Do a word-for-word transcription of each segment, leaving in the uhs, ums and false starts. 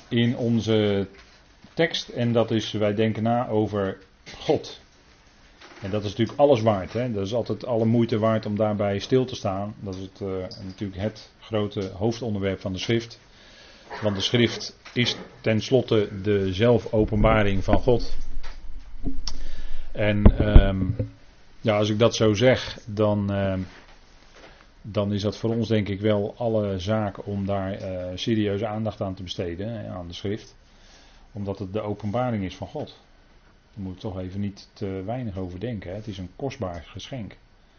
in onze tekst en dat is, wij denken na over God. En dat is natuurlijk alles waard. Hè? Dat is altijd alle moeite waard om daarbij stil te staan. Dat is het, uh, natuurlijk het grote hoofdonderwerp van de schrift. Want de schrift is tenslotte de zelfopenbaring van God. En um, ja, als ik dat zo zeg, dan, uh, dan is dat voor ons denk ik wel alle zaak om daar uh, serieuze aandacht aan te besteden, hè, aan de schrift. Omdat het de openbaring is van God. Daar moet ik toch even niet te weinig over denken. Hè. Het is een kostbaar geschenk.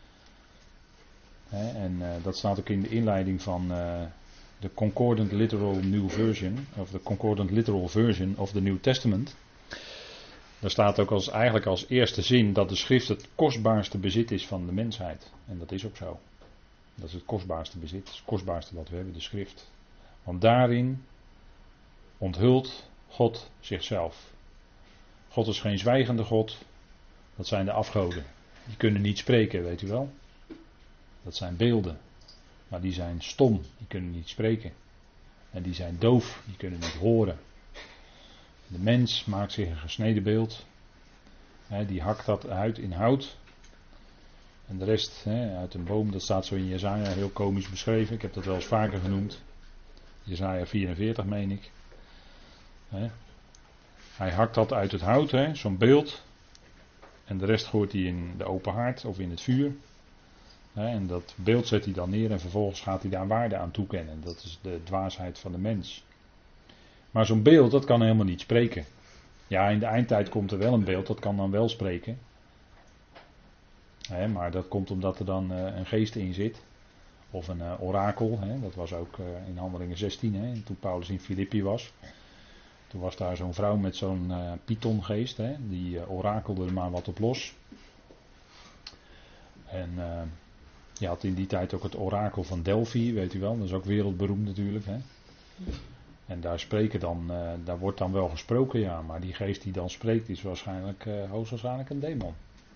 Hè, en uh, dat staat ook in de inleiding van uh, de Concordant Literal New Version, of de Concordant Literal Version of the New Testament. Daar staat ook als, eigenlijk als eerste zin dat de schrift het kostbaarste bezit is van de mensheid. En dat is ook zo. Dat is het kostbaarste bezit, het kostbaarste wat we hebben, de schrift. Want daarin onthult God zichzelf. God is geen zwijgende God, dat zijn de afgoden. Die kunnen niet spreken, weet u wel. Dat zijn beelden, maar die zijn stom, die kunnen niet spreken. En die zijn doof, die kunnen niet horen. De mens maakt zich een gesneden beeld. He, die hakt dat uit in hout. En de rest he, uit een boom, dat staat zo in Jesaja heel komisch beschreven. Ik heb dat wel eens vaker genoemd. Jesaja vierenveertig meen ik. He. Hij hakt dat uit het hout, zo'n beeld. En de rest gooit hij in de open haard of in het vuur. He, en dat beeld zet hij dan neer en vervolgens gaat hij daar waarde aan toekennen. Dat is de dwaasheid van de mens. Maar zo'n beeld, dat kan helemaal niet spreken. Ja, in de eindtijd komt er wel een beeld, dat kan dan wel spreken. He, maar dat komt omdat er dan uh, een geest in zit. Of een uh, orakel, he, dat was ook uh, in Handelingen zestien, he, toen Paulus in Filippi was. Toen was daar zo'n vrouw met zo'n uh, pythongeest, he, die uh, orakelde er maar wat op los. En uh, je had in die tijd ook het orakel van Delphi, weet u wel, dat is ook wereldberoemd natuurlijk. He. En daar spreken dan, uh, daar wordt dan wel gesproken, ja, maar die geest die dan spreekt is waarschijnlijk, uh, hoogstwaarschijnlijk een demon.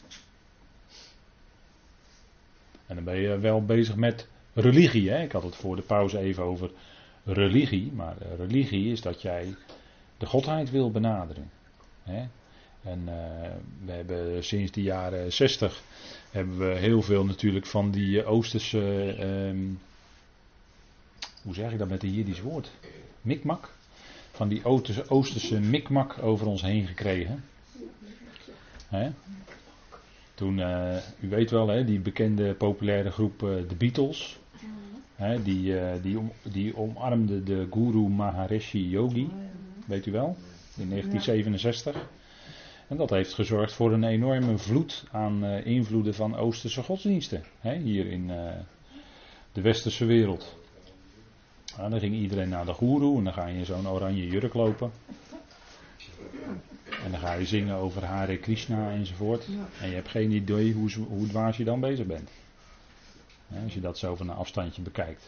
En dan ben je wel bezig met religie, hè? Ik had het voor de pauze even over religie, maar uh, religie is dat jij de godheid wil benaderen. Hè? En uh, we hebben sinds de jaren zestig hebben we heel veel natuurlijk van die uh, Oosterse, um, hoe zeg ik dat met een Jiddisch woord? Mikmak? Van die Oosterse, Oosterse mikmak over ons heen gekregen. Hè? Toen, uh, u weet wel, hè, die bekende populaire groep uh, de Beatles. Hè, die, uh, die, om, die omarmde de Guru Maharishi Yogi. Weet u wel? In negentien zevenenzestig. En dat heeft gezorgd voor een enorme vloed aan uh, invloeden van Oosterse godsdiensten. Hè, hier in uh, de westerse wereld. Nou, dan ging iedereen naar de goeroe en dan ga je in zo'n oranje jurk lopen. En dan ga je zingen over Hare Krishna enzovoort. En je hebt geen idee hoe, hoe dwaas je dan bezig bent. Hè, als je dat zo van een afstandje bekijkt.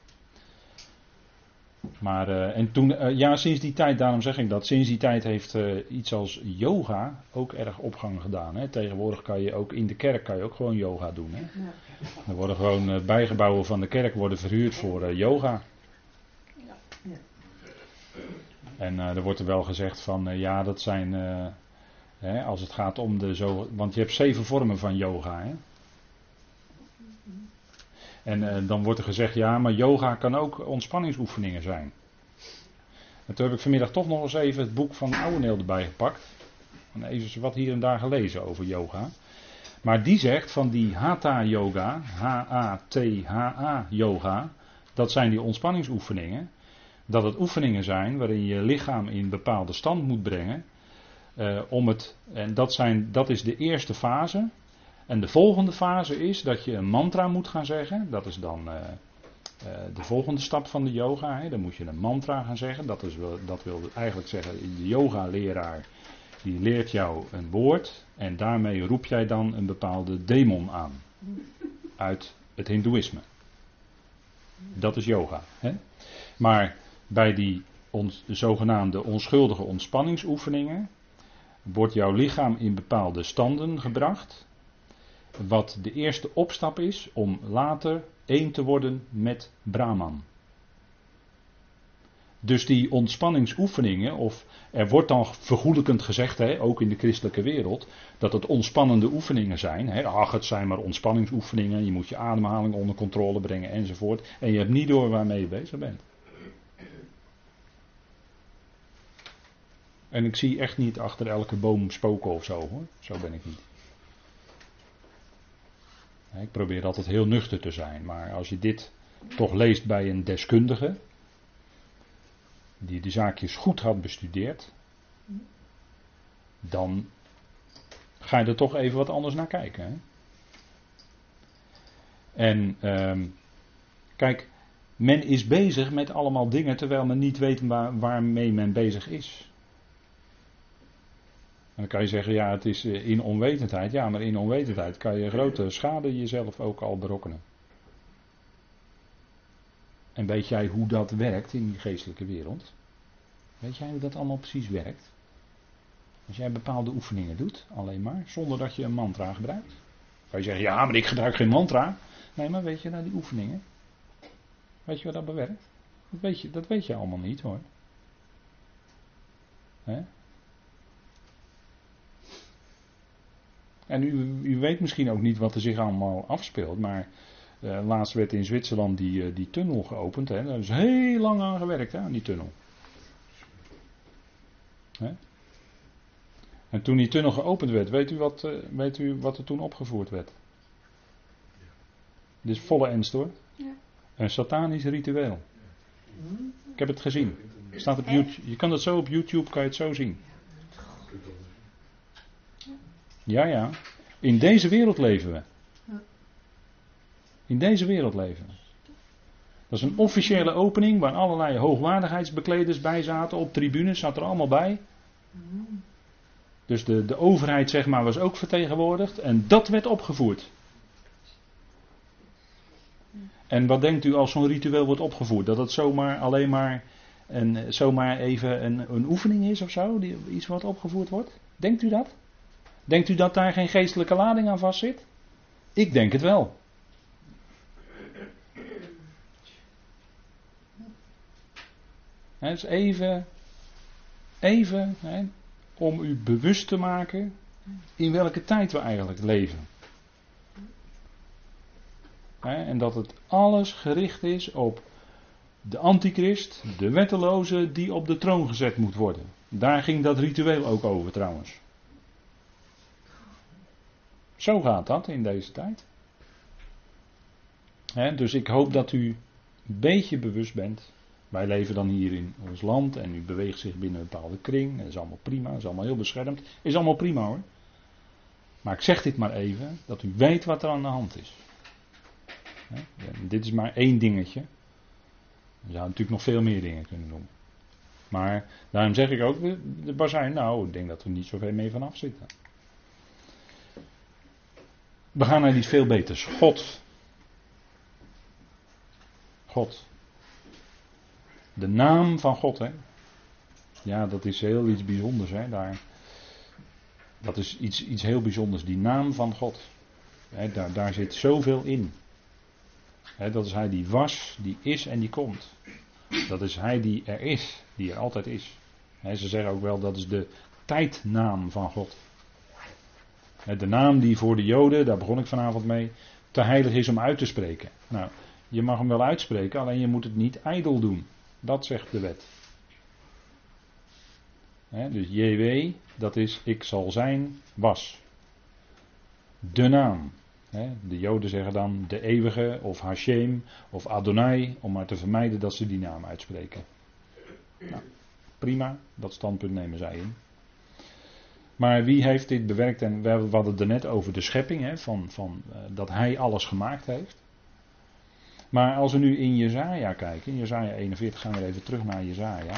Maar, uh, en toen, uh, ja, sinds die tijd, daarom zeg ik dat, sinds die tijd heeft uh, iets als yoga ook erg opgang gedaan. Hè. Tegenwoordig kan je ook in de kerk kan je ook gewoon yoga doen. Hè. Ja. Er worden gewoon uh, bijgebouwen van de kerk worden verhuurd voor uh, yoga. Ja. Ja. En uh, er wordt er wel gezegd van, uh, ja, dat zijn, uh, hè, als het gaat om de zo, want je hebt zeven vormen van yoga, hè. En uh, dan wordt er gezegd, ja, maar yoga kan ook ontspanningsoefeningen zijn. En toen heb ik vanmiddag toch nog eens even het boek van Ouweneel erbij gepakt. En even wat hier en daar gelezen over yoga. Maar die zegt van die Hatha yoga, H A T H A yoga, dat zijn die ontspanningsoefeningen. Dat het oefeningen zijn waarin je lichaam in een bepaalde stand moet brengen. Uh, om het, en dat, zijn, dat is de eerste fase. En de volgende fase is dat je een mantra moet gaan zeggen. Dat is dan uh, uh, de volgende stap van de yoga. Hè. Dan moet je een mantra gaan zeggen. Dat, is wel, dat wil eigenlijk zeggen, de yoga leraar die leert jou een woord. En daarmee roep jij dan een bepaalde demon aan. Uit het hindoeïsme. Dat is yoga. Hè. Maar bij die on, zogenaamde onschuldige ontspanningsoefeningen wordt jouw lichaam in bepaalde standen gebracht. Wat de eerste opstap is om later één te worden met Brahman. Dus die ontspanningsoefeningen, of er wordt dan vergoelijkend gezegd, hè, ook in de christelijke wereld, dat het ontspannende oefeningen zijn. Hè. Ach, het zijn maar ontspanningsoefeningen, je moet je ademhaling onder controle brengen enzovoort. En je hebt niet door waarmee je bezig bent. En ik zie echt niet achter elke boom spoken of zo, hoor. Zo ben ik niet. Ik probeer altijd heel nuchter te zijn, maar als je dit toch leest bij een deskundige, die de zaakjes goed had bestudeerd, dan ga je er toch even wat anders naar kijken. Hè? En um, kijk, men is bezig met allemaal dingen terwijl men niet weet waar, waarmee men bezig is. En dan kan je zeggen, ja, het is in onwetendheid. Ja, maar in onwetendheid kan je grote schade jezelf ook al berokkenen. En weet jij hoe dat werkt in die geestelijke wereld? Weet jij hoe dat allemaal precies werkt? Als jij bepaalde oefeningen doet, alleen maar, zonder dat je een mantra gebruikt. Kan je zeggen, ja, maar ik gebruik geen mantra. Nee, maar weet je nou die oefeningen? Weet je wat dat bewerkt? Dat weet je, dat weet je allemaal niet, hoor. Hè? En u, u weet misschien ook niet wat er zich allemaal afspeelt, maar uh, laatst werd in Zwitserland die, uh, die tunnel geopend. Hè? Daar is heel lang aan gewerkt, hè, aan die tunnel. Hè? En toen die tunnel geopend werd, weet u, wat, uh, weet u wat er toen opgevoerd werd? Dit is volle ernst, hoor. Ja. Een satanisch ritueel. Ik heb het gezien. Staat op YouTube. Je kan het zo op YouTube, kan je het zo zien. Ja, ja. In deze wereld leven we. In deze wereld leven we. Dat is een officiële opening waar allerlei hoogwaardigheidsbekleders bij zaten. Op tribunes zat er allemaal bij. Dus de, de overheid, zeg maar, was ook vertegenwoordigd. En dat werd opgevoerd. En wat denkt u als zo'n ritueel wordt opgevoerd? Dat het zomaar alleen maar, een, zomaar even een, een oefening is of zo? Die, iets wat opgevoerd wordt? Denkt u dat? Denkt u dat daar geen geestelijke lading aan vastzit? Ik denk het wel. He, dus even, even he, om u bewust te maken in welke tijd we eigenlijk leven. He, en dat het alles gericht is op de antichrist, de wetteloze die op de troon gezet moet worden. Daar ging dat ritueel ook over trouwens. Zo gaat dat in deze tijd. He, dus ik hoop dat u een beetje bewust bent. Wij leven dan hier in ons land en u beweegt zich binnen een bepaalde kring. Dat is allemaal prima, dat is allemaal heel beschermd. Is allemaal prima, hoor. Maar ik zeg dit maar even, dat u weet wat er aan de hand is. He, dit is maar één dingetje. Je zou natuurlijk nog veel meer dingen kunnen doen. Maar daarom zeg ik ook, de Bazuin, nou, ik denk dat we niet zo ver mee vanaf zitten. We gaan naar iets veel beters. God. God. De naam van God, hè. Ja, dat is heel iets bijzonders, hè. Daar, dat is iets, iets heel bijzonders. Die naam van God. Hè, daar, daar zit zoveel in. Hè, dat is Hij die was, die is en die komt. Dat is Hij die er is, die er altijd is. Hè, ze zeggen ook wel, dat is de tijdnaam van God. De naam die voor de Joden, daar begon ik vanavond mee, te heilig is om uit te spreken. Nou, je mag hem wel uitspreken, alleen je moet het niet ijdel doen. Dat zegt de wet. He, dus J W, dat is ik zal zijn, was. De naam. He, de Joden zeggen dan de eeuwige, of Hashem, of Adonai, om maar te vermijden dat ze die naam uitspreken. Nou, prima, dat standpunt nemen zij in. Maar wie heeft dit bewerkt? En we hadden het er net over de schepping, hè, van, van, uh, dat hij alles gemaakt heeft. Maar als we nu in Jesaja kijken, in Jesaja eenenveertig gaan we even terug naar Jesaja.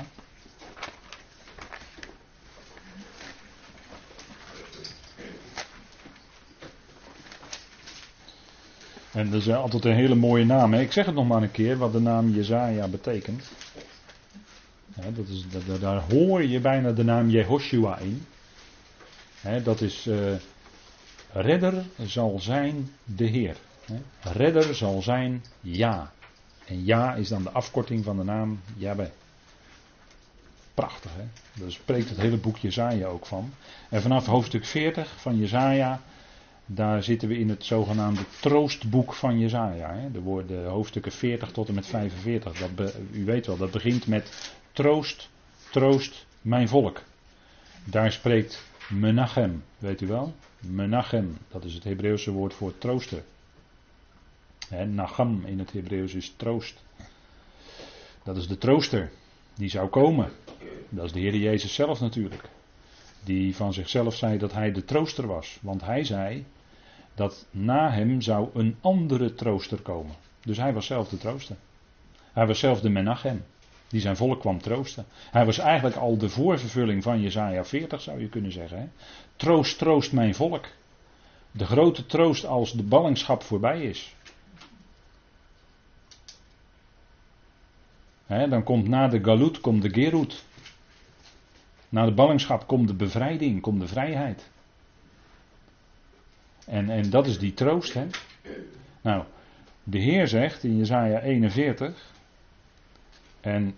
En dat is altijd een hele mooie naam. Hè. Ik zeg het nog maar een keer, wat de naam Jesaja betekent. Ja, dat is, dat, daar hoor je bijna de naam Jehoshua in. He, dat is uh, redder zal zijn de Heer. He, redder zal zijn Ja. En Ja is dan de afkorting van de naam Jahweh. prachtig, hè? Daar spreekt het hele boek Jesaja ook van. En vanaf hoofdstuk veertig van Jesaja, daar zitten we in het zogenaamde troostboek van Jesaja. Hè? De woorden hoofdstukken veertig tot en met vijfenveertig. Dat be, u weet wel, dat begint met troost, troost mijn volk. Daar spreekt Menachem, weet u wel? Menachem, dat is het Hebreeuwse woord voor trooster. Hè, Nacham in het Hebreeuws is troost. Dat is de trooster, die zou komen. Dat is de Heer Jezus zelf natuurlijk. Die van zichzelf zei dat hij de trooster was. Want hij zei dat na hem zou een andere trooster komen. Dus hij was zelf de trooster. Hij was zelf de Menachem, die zijn volk kwam troosten. Hij was eigenlijk al de voorvervulling van Jesaja veertig, zou je kunnen zeggen. Hè? Troost, troost mijn volk. De grote troost als de ballingschap voorbij is. He, dan komt na de galut, komt de gerut. Na de ballingschap komt de bevrijding, komt de vrijheid. En, en dat is die troost. Hè? Nou, de Heer zegt in Jesaja eenenveertig. En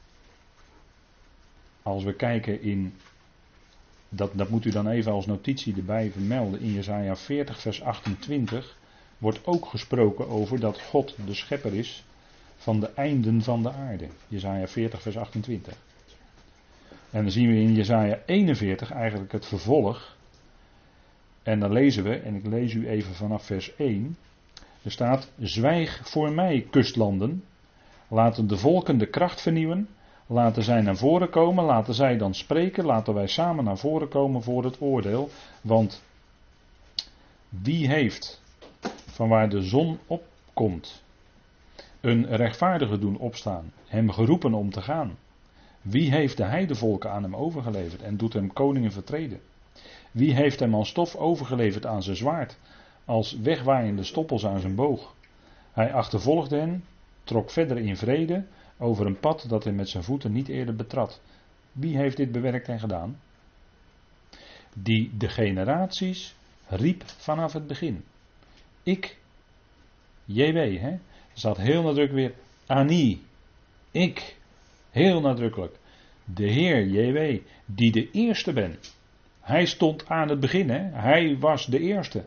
als we kijken in, dat, dat moet u dan even als notitie erbij vermelden. In Jesaja veertig vers achtentwintig wordt ook gesproken over dat God de schepper is van de einden van de aarde. Jesaja veertig vers achtentwintig. En dan zien we in Jesaja eenenveertig eigenlijk het vervolg. En dan lezen we, en ik lees u even vanaf vers één. Er staat, zwijg voor mij, kustlanden. Laten de volken de kracht vernieuwen. Laten zij naar voren komen. Laten zij dan spreken. Laten wij samen naar voren komen voor het oordeel. Want wie heeft, van waar de zon opkomt, een rechtvaardige doen opstaan, hem geroepen om te gaan? Wie heeft de heidevolken aan hem overgeleverd en doet hem koningen vertreden? Wie heeft hem als stof overgeleverd aan zijn zwaard, als wegwaaiende stoppels aan zijn boog? Hij achtervolgde hen, trok verder in vrede, over een pad dat hij met zijn voeten niet eerder betrad. Wie heeft dit bewerkt en gedaan? Die de generaties riep vanaf het begin. Ik, J W, hè? Er staat heel nadrukkelijk weer, Ani, ik, heel nadrukkelijk. De Heer, J W, die de eerste ben. Hij stond aan het begin, hè? Hij was de eerste.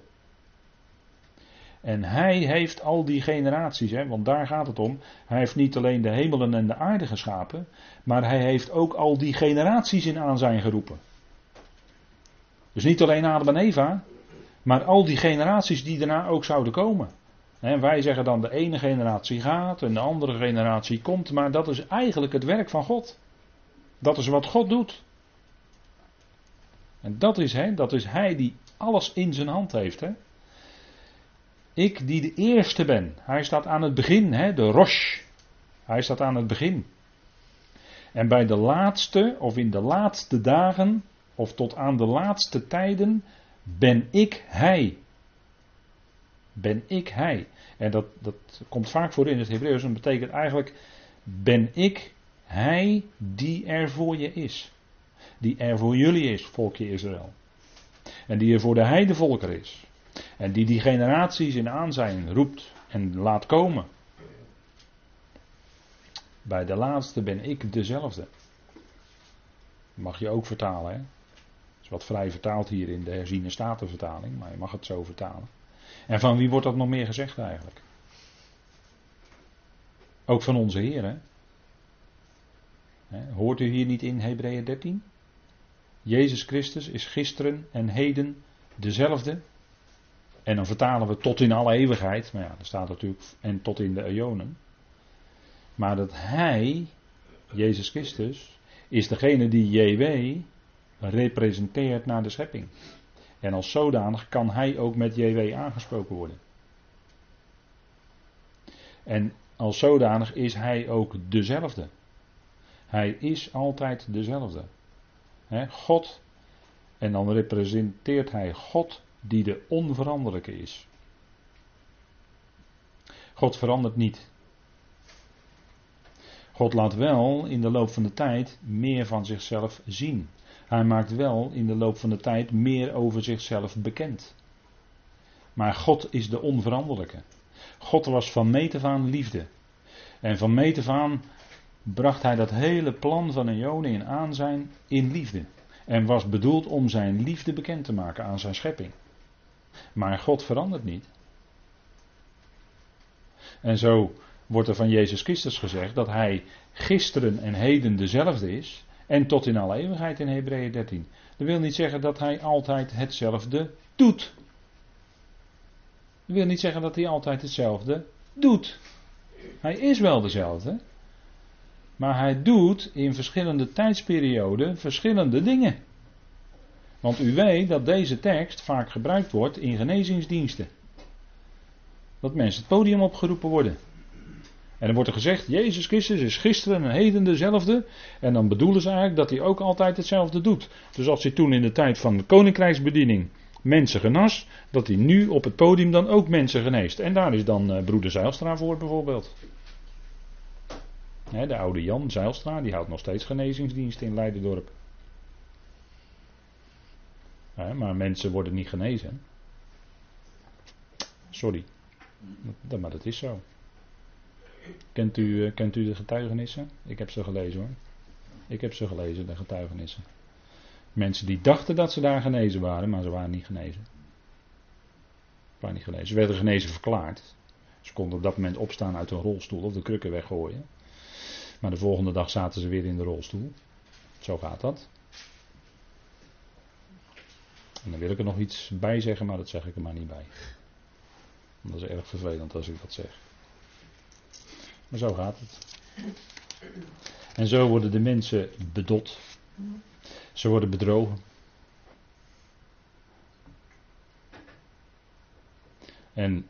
En hij heeft al die generaties, hè, want daar gaat het om. Hij heeft niet alleen de hemelen en de aarde geschapen, maar hij heeft ook al die generaties in aanzijn geroepen. Dus niet alleen Adam en Eva, maar al die generaties die daarna ook zouden komen. En wij zeggen dan de ene generatie gaat en de andere generatie komt, maar dat is eigenlijk het werk van God. Dat is wat God doet. En dat is, hè, dat is hij die alles in zijn hand heeft. Hè. Ik die de eerste ben. Hij staat aan het begin, hè, de Rosh. Hij staat aan het begin. En bij de laatste, of in de laatste dagen, of tot aan de laatste tijden, ben ik hij. Ben ik hij. En dat, dat komt vaak voor in het Hebreeuws en betekent eigenlijk, ben ik hij die er voor je is. Die er voor jullie is, volkje Israël. En die er voor de heidevolker is. En die die generaties in aanzijn roept en laat komen. Bij de laatste ben ik dezelfde. Mag je ook vertalen, hè? Dat is wat vrij vertaald hier in de herziene statenvertaling, maar je mag het zo vertalen. En van wie wordt dat nog meer gezegd eigenlijk? Ook van onze Heer, hè? Hoort u hier niet in Hebreeën dertien? Jezus Christus is gisteren en heden dezelfde. En dan vertalen we tot in alle eeuwigheid. Maar ja, er staat natuurlijk en tot in de eonen. Maar dat hij, Jezus Christus, is degene die J W representeert naar de schepping. En als zodanig kan hij ook met J W aangesproken worden. En als zodanig is hij ook dezelfde. Hij is altijd dezelfde. He, God, en dan representeert hij God die de onveranderlijke is. God verandert niet. God laat wel in de loop van de tijd meer van zichzelf zien. Hij maakt wel in de loop van de tijd meer over zichzelf bekend. Maar God is de onveranderlijke. God was van meet af aan liefde. En van meet af aan bracht hij dat hele plan van Ionen in aanzijn in liefde. En was bedoeld om zijn liefde bekend te maken aan zijn schepping. Maar God verandert niet. En zo wordt er van Jezus Christus gezegd dat hij gisteren en heden dezelfde is. En tot in alle eeuwigheid in Hebreeën dertien. Dat wil niet zeggen dat hij altijd hetzelfde doet. Dat wil niet zeggen dat hij altijd hetzelfde doet. Hij is wel dezelfde. Maar hij doet in verschillende tijdsperioden verschillende dingen. Want u weet dat deze tekst vaak gebruikt wordt in genezingsdiensten. Dat mensen het podium opgeroepen worden. En dan wordt er gezegd, Jezus Christus is gisteren en heden dezelfde. En dan bedoelen ze eigenlijk dat hij ook altijd hetzelfde doet. Dus als hij toen in de tijd van de koninkrijksbediening mensen genas, dat hij nu op het podium dan ook mensen geneest. En daar is dan uh, broeder Zijlstra voor bijvoorbeeld. He, de oude Jan Zijlstra, die houdt nog steeds genezingsdiensten in Leiderdorp. He, maar mensen worden niet genezen. Sorry. Dat, maar dat is zo. Kent u, uh, kent u de getuigenissen? Ik heb ze gelezen hoor. Ik heb ze gelezen, de getuigenissen. Mensen die dachten dat ze daar genezen waren, maar ze waren niet genezen. Ze waren niet genezen. Ze werden genezen verklaard. Ze konden op dat moment opstaan uit een rolstoel of de krukken weggooien. Maar de volgende dag zaten ze weer in de rolstoel. Zo gaat dat. En dan wil ik er nog iets bij zeggen, maar dat zeg ik er maar niet bij. Dat is erg vervelend als ik dat zeg. Maar zo gaat het. En zo worden de mensen bedot. Ze worden bedrogen. En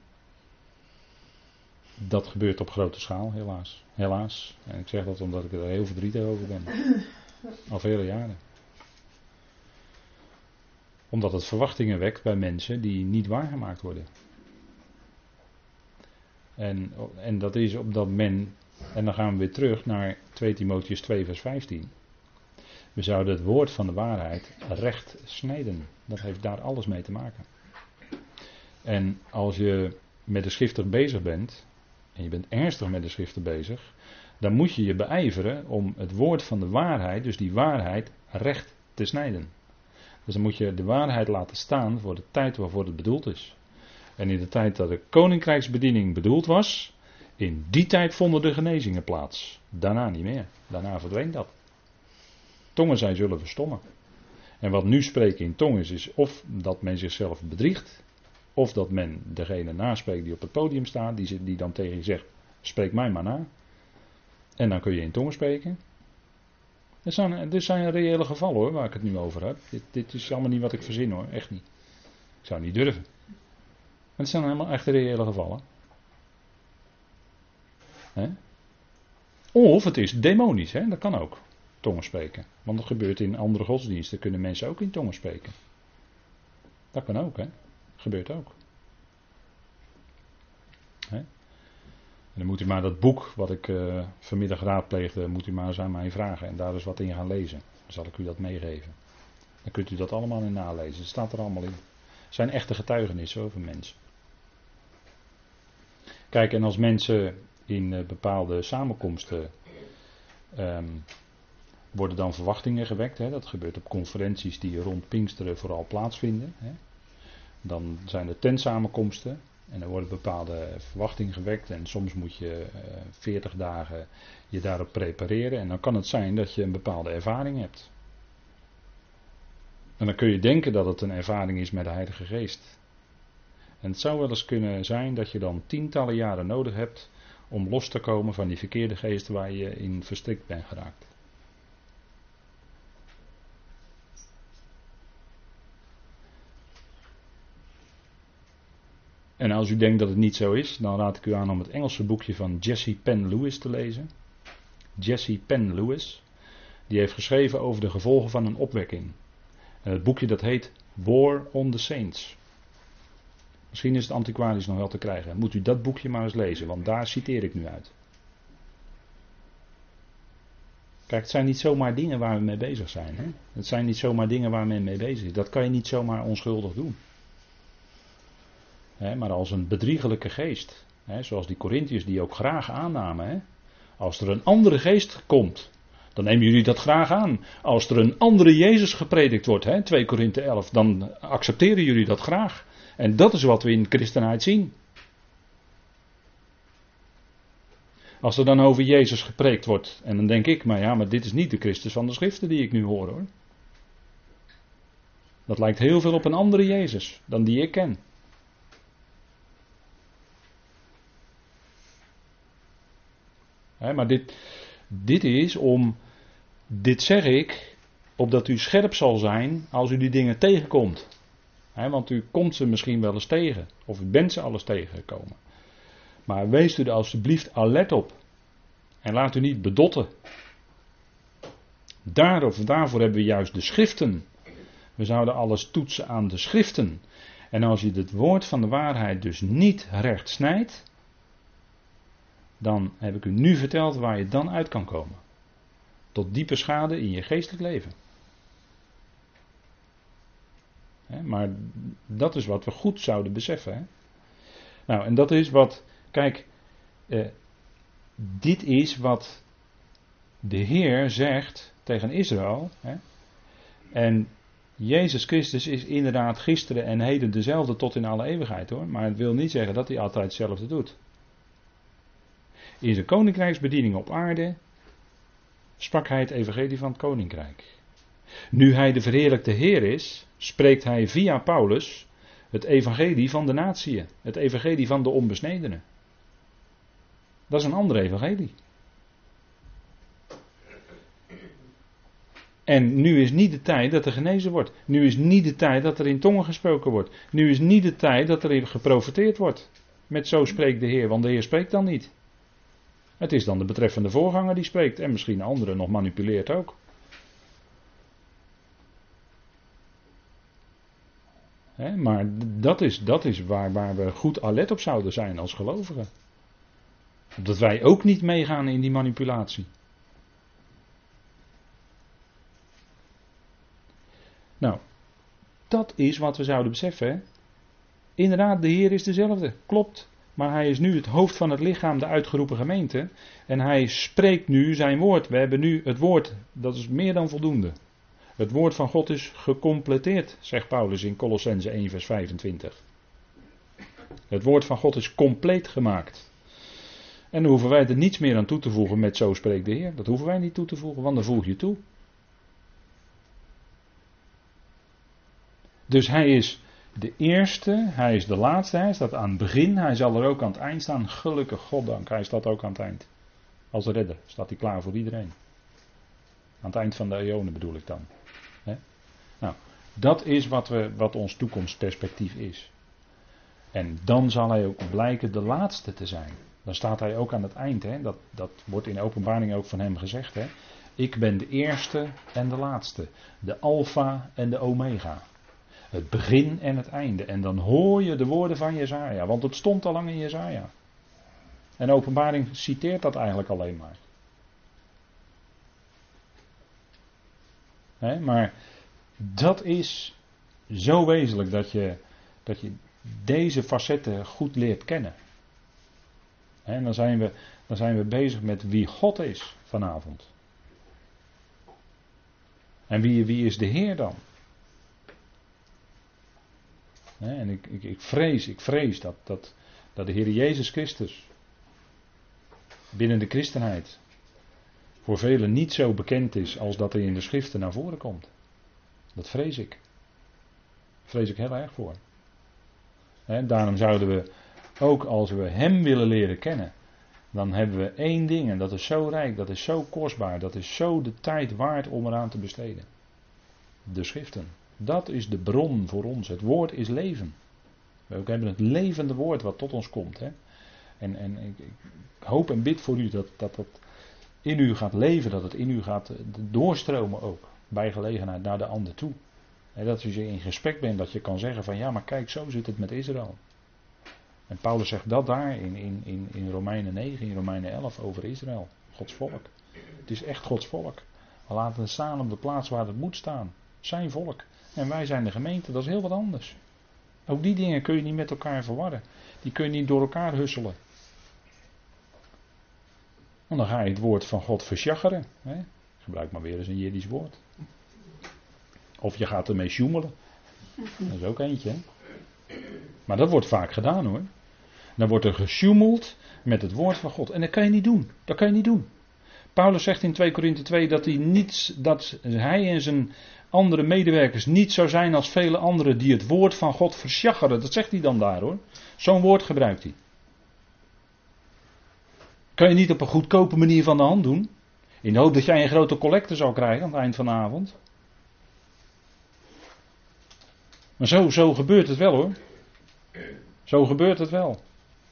dat gebeurt op grote schaal, helaas. Helaas. En ik zeg dat omdat ik er heel verdrietig over ben. Al vele jaren. Omdat het verwachtingen wekt bij mensen die niet waargemaakt worden. En, en dat is omdat men, en dan gaan we weer terug naar twee Timotheüs twee vers vijftien. We zouden het woord van de waarheid recht snijden. Dat heeft daar alles mee te maken. En als je met de schriften bezig bent, en je bent ernstig met de schriften bezig, dan moet je je beijveren om het woord van de waarheid, dus die waarheid, recht te snijden. Dus dan moet je de waarheid laten staan voor de tijd waarvoor het bedoeld is. En in de tijd dat de koninkrijksbediening bedoeld was, in die tijd vonden de genezingen plaats. Daarna niet meer. Daarna verdween dat. Tongen zij zullen verstommen. En wat nu spreken in tongen is, is of dat men zichzelf bedriegt, of dat men degene naspreekt die op het podium staat, die, die dan tegen je zegt, spreek mij maar na. En dan kun je in tongen spreken. Dit zijn, dit zijn reële gevallen hoor, waar ik het nu over heb. Dit, dit is allemaal niet wat ik verzin hoor, echt niet. Ik zou niet durven. Maar het zijn helemaal echt reële gevallen. He? Of het is demonisch, hè? Dat kan ook. Tongen spreken. Want dat gebeurt in andere godsdiensten, kunnen mensen ook in tongen spreken. Dat kan ook, hè? Gebeurt ook. He? En dan moet u maar dat boek wat ik uh, vanmiddag raadpleegde, moet u maar eens aan mij vragen en daar eens wat in gaan lezen. Dan zal ik u dat meegeven. Dan kunt u dat allemaal in nalezen. Het staat er allemaal in. Het zijn echte getuigenissen over mensen. Kijk, en als mensen in uh, bepaalde samenkomsten um, worden dan verwachtingen gewekt. Hè? Dat gebeurt op conferenties die rond Pinksteren vooral plaatsvinden. Hè? Dan zijn er tentsamenkomsten. En er worden bepaalde verwachtingen gewekt. En soms moet je uh, veertig dagen je daarop prepareren. En dan kan het zijn dat je een bepaalde ervaring hebt. En dan kun je denken dat het een ervaring is met de Heilige Geest. En het zou wel eens kunnen zijn dat je dan tientallen jaren nodig hebt om los te komen van die verkeerde geest waar je in verstrikt bent geraakt. En als u denkt dat het niet zo is, dan raad ik u aan om het Engelse boekje van Jesse Penn Lewis te lezen. Jesse Penn Lewis. Die heeft geschreven over de gevolgen van een opwekking. En het boekje dat heet War on the Saints. Misschien is het antiquarisch nog wel te krijgen. Moet u dat boekje maar eens lezen, want daar citeer ik nu uit. Kijk, het zijn niet zomaar dingen waar we mee bezig zijn. Hè? Het zijn niet zomaar dingen waar men mee bezig is. Dat kan je niet zomaar onschuldig doen. Hè, maar als een bedriegelijke geest. Hè, zoals die Corinthiërs die ook graag aannamen. Hè? Als er een andere geest komt, dan nemen jullie dat graag aan. Als er een andere Jezus gepredikt wordt, hè, twee Korinthe elf, dan accepteren jullie dat graag. En dat is wat we in de christenheid zien. Als er dan over Jezus gepreekt wordt, en dan denk ik, maar ja, maar dit is niet de Christus van de Schriften die ik nu hoor hoor. Dat lijkt heel veel op een andere Jezus dan die ik ken. He, maar dit, dit is om, dit zeg ik, opdat u scherp zal zijn als u die dingen tegenkomt. He, want u komt ze misschien wel eens tegen, of u bent ze alles tegengekomen. Maar wees u er alstublieft alert op. En laat u niet bedotten. Daar of daarvoor hebben we juist de schriften. We zouden alles toetsen aan de schriften. En als je het woord van de waarheid dus niet recht snijdt, dan heb ik u nu verteld waar je dan uit kan komen. Tot diepe schade in je geestelijk leven. He, maar dat is wat we goed zouden beseffen. He. Nou, en dat is wat, kijk, eh, dit is wat de Heer zegt tegen Israël. He. En Jezus Christus is inderdaad gisteren en heden dezelfde tot in alle eeuwigheid hoor. Maar het wil niet zeggen dat hij altijd hetzelfde doet. In zijn koninkrijksbediening op aarde sprak hij het evangelie van het koninkrijk. Nu hij de verheerlijkte Heer is, spreekt hij via Paulus het evangelie van de natieën. Het evangelie van de onbesnedenen. Dat is een ander evangelie. En nu is niet de tijd dat er genezen wordt. Nu is niet de tijd dat er in tongen gesproken wordt. Nu is niet de tijd dat er geprofeteerd wordt. Met zo spreekt de Heer, want de Heer spreekt dan niet. Het is dan de betreffende voorganger die spreekt. En misschien anderen nog manipuleert ook. He, maar dat is, dat is waar, waar we goed alert op zouden zijn als gelovigen. Dat wij ook niet meegaan in die manipulatie. Nou, dat is wat we zouden beseffen. Hè? Inderdaad, de Heer is dezelfde, klopt. Maar hij is nu het hoofd van het lichaam, de uitgeroepen gemeente. En hij spreekt nu zijn woord. We hebben nu het woord, dat is meer dan voldoende. Het woord van God is gecompleteerd, zegt Paulus in Kolossenzen één vers vijfentwintig. Het woord van God is compleet gemaakt. En dan hoeven wij er niets meer aan toe te voegen met zo spreekt de Heer. Dat hoeven wij niet toe te voegen, want dan voeg je toe. Dus hij is de eerste, hij is de laatste, hij staat aan het begin, hij zal er ook aan het eind staan. Gelukkig, Goddank, hij staat ook aan het eind. Als redder staat hij klaar voor iedereen. Aan het eind van de eonen bedoel ik dan. He? Nou, dat is wat, we, wat ons toekomstperspectief is. En dan zal hij ook blijken de laatste te zijn. Dan staat hij ook aan het eind. Hè? Dat, dat wordt in openbaring ook van hem gezegd. Hè? Ik ben de eerste en de laatste. De alfa en de omega. Het begin en het einde. En dan hoor je de woorden van Jesaja. Want het stond al lang in Jesaja. En openbaring citeert dat eigenlijk alleen maar. He, maar dat is zo wezenlijk dat je, dat je deze facetten goed leert kennen. He, en dan zijn, we, dan zijn we bezig met wie God is vanavond. En wie, wie is de Heer dan? He, en ik, ik, ik vrees, ik vrees dat, dat, dat de Heer Jezus Christus binnen de christenheid voor velen niet zo bekend is als dat hij in de schriften naar voren komt. Dat vrees ik. Daar vrees ik heel erg voor. He, daarom zouden we, ook als we hem willen leren kennen, dan hebben we één ding en dat is zo rijk, dat is zo kostbaar, dat is zo de tijd waard om eraan te besteden. De schriften. Dat is de bron voor ons. Het woord is leven. We ook hebben het levende woord wat tot ons komt. Hè. En, en ik, ik hoop en bid voor u dat, dat dat in u gaat leven, dat het in u gaat doorstromen ook. Bij gelegenheid naar de ander toe. En dat als je in gesprek bent, dat je kan zeggen van ja, maar kijk, zo zit het met Israël. En Paulus zegt dat daar in, in, in, in Romeinen negen, in Romeinen elf over Israël. Gods volk. Het is echt Gods volk. We laten het staan op de plaats waar het moet staan. Zijn volk. En wij zijn de gemeente, dat is heel wat anders. Ook die dingen kun je niet met elkaar verwarren. Die kun je niet door elkaar husselen. Want dan ga je het woord van God versjaggeren. Hè? Gebruik maar weer eens een Jiddisch woord. Of je gaat ermee sjoemelen. Dat is ook eentje. Hè? Maar dat wordt vaak gedaan hoor. Dan wordt er gesjoemeld met het woord van God. En dat kan je niet doen. Dat kan je niet doen. Paulus zegt in twee Korinthe twee dat hij, niet, dat hij en zijn andere medewerkers niet zo zijn als vele anderen die het woord van God versjaggeren. Dat zegt hij dan daar hoor. Zo'n woord gebruikt hij. Kan je niet op een goedkope manier van de hand doen. In de hoop dat jij een grote collecte zal krijgen aan het eind van de avond. Maar zo, zo gebeurt het wel hoor. Zo gebeurt het wel.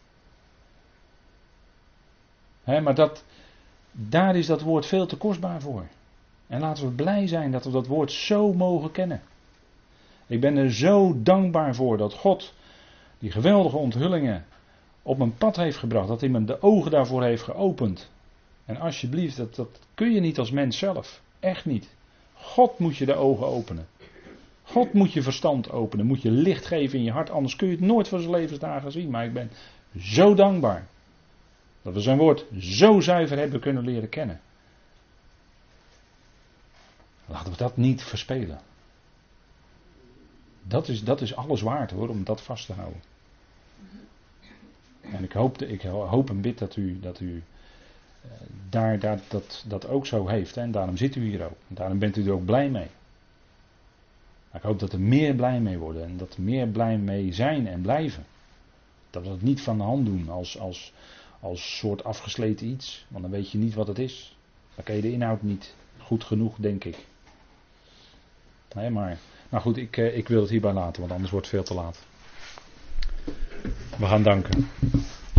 He, maar dat, daar is dat woord veel te kostbaar voor. En laten we blij zijn dat we dat woord zo mogen kennen. Ik ben er zo dankbaar voor dat God die geweldige onthullingen op mijn pad heeft gebracht. Dat hij me de ogen daarvoor heeft geopend. En alsjeblieft, dat, dat kun je niet als mens zelf. Echt niet. God moet je de ogen openen. God moet je verstand openen. Moet je licht geven in je hart. Anders kun je het nooit van zijn levensdagen zien. Maar ik ben zo dankbaar dat we zijn woord zo zuiver hebben kunnen leren kennen. Laten we dat niet verspelen. Dat is, dat is alles waard hoor, om dat vast te houden. En ik hoop, ik hoop en bid dat u, dat u daar, daar dat, dat ook zo heeft. Hè? En daarom zit u hier ook. En daarom bent u er ook blij mee. Maar ik hoop dat er meer blij mee worden. En dat er meer blij mee zijn en blijven. Dat we het niet van de hand doen als, als, als soort afgesleten iets. Want dan weet je niet wat het is. Dan ken je de inhoud niet goed genoeg, denk ik. Nee, maar nou goed, ik, ik wil het hierbij laten, want anders wordt het veel te laat. We gaan danken.